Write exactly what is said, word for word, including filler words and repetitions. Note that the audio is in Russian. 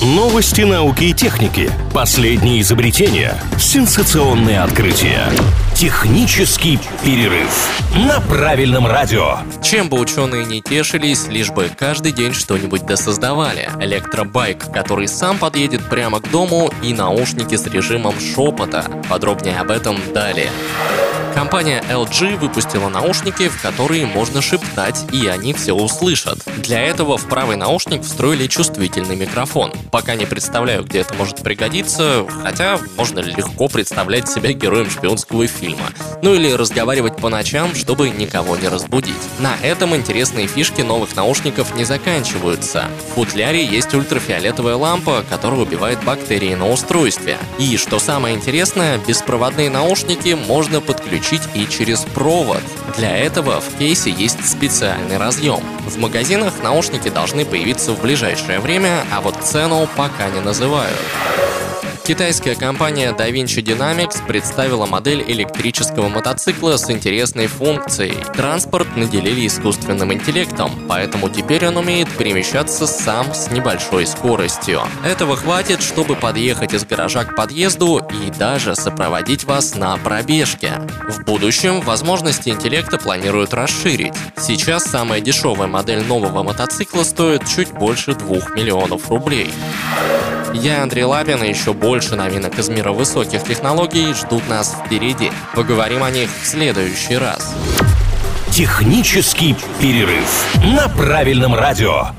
Новости науки и техники, последние изобретения, сенсационные открытия. Технический перерыв на правильном радио. Чем бы ученые не тешились, лишь бы каждый день что-нибудь досоздавали. Электробайк, который сам подъедет прямо к дому, и наушники с режимом шепота. Подробнее об этом далее. Компания эл джи выпустила наушники, в которые можно шептать, и они все услышат. Для этого в правый наушник встроили чувствительный микрофон. Пока не представляю, где это может пригодиться, хотя можно легко представлять себя героем шпионского фильма. Ну или разговаривать по ночам, чтобы никого не разбудить. На этом интересные фишки новых наушников не заканчиваются. В футляре есть ультрафиолетовая лампа, которая убивает бактерии на устройстве. И, что самое интересное, беспроводные наушники можно подключить и через провод. Для этого в кейсе есть специальный разъем. В магазинах наушники должны появиться в ближайшее время, а вот цену пока не называют. Китайская компания DaVinci Dynamics представила модель электрического мотоцикла с интересной функцией. Транспорт наделили искусственным интеллектом, поэтому теперь он умеет перемещаться сам с небольшой скоростью. Этого хватит, чтобы подъехать из гаража к подъезду и даже сопроводить вас на пробежке. В будущем возможности интеллекта планируют расширить. Сейчас самая дешевая модель нового мотоцикла стоит чуть больше двух миллионов рублей. Я Андрей Лапин, и еще больше новинок из мира высоких технологий ждут нас впереди. Поговорим о них в следующий раз. Технический перерыв на правильном радио.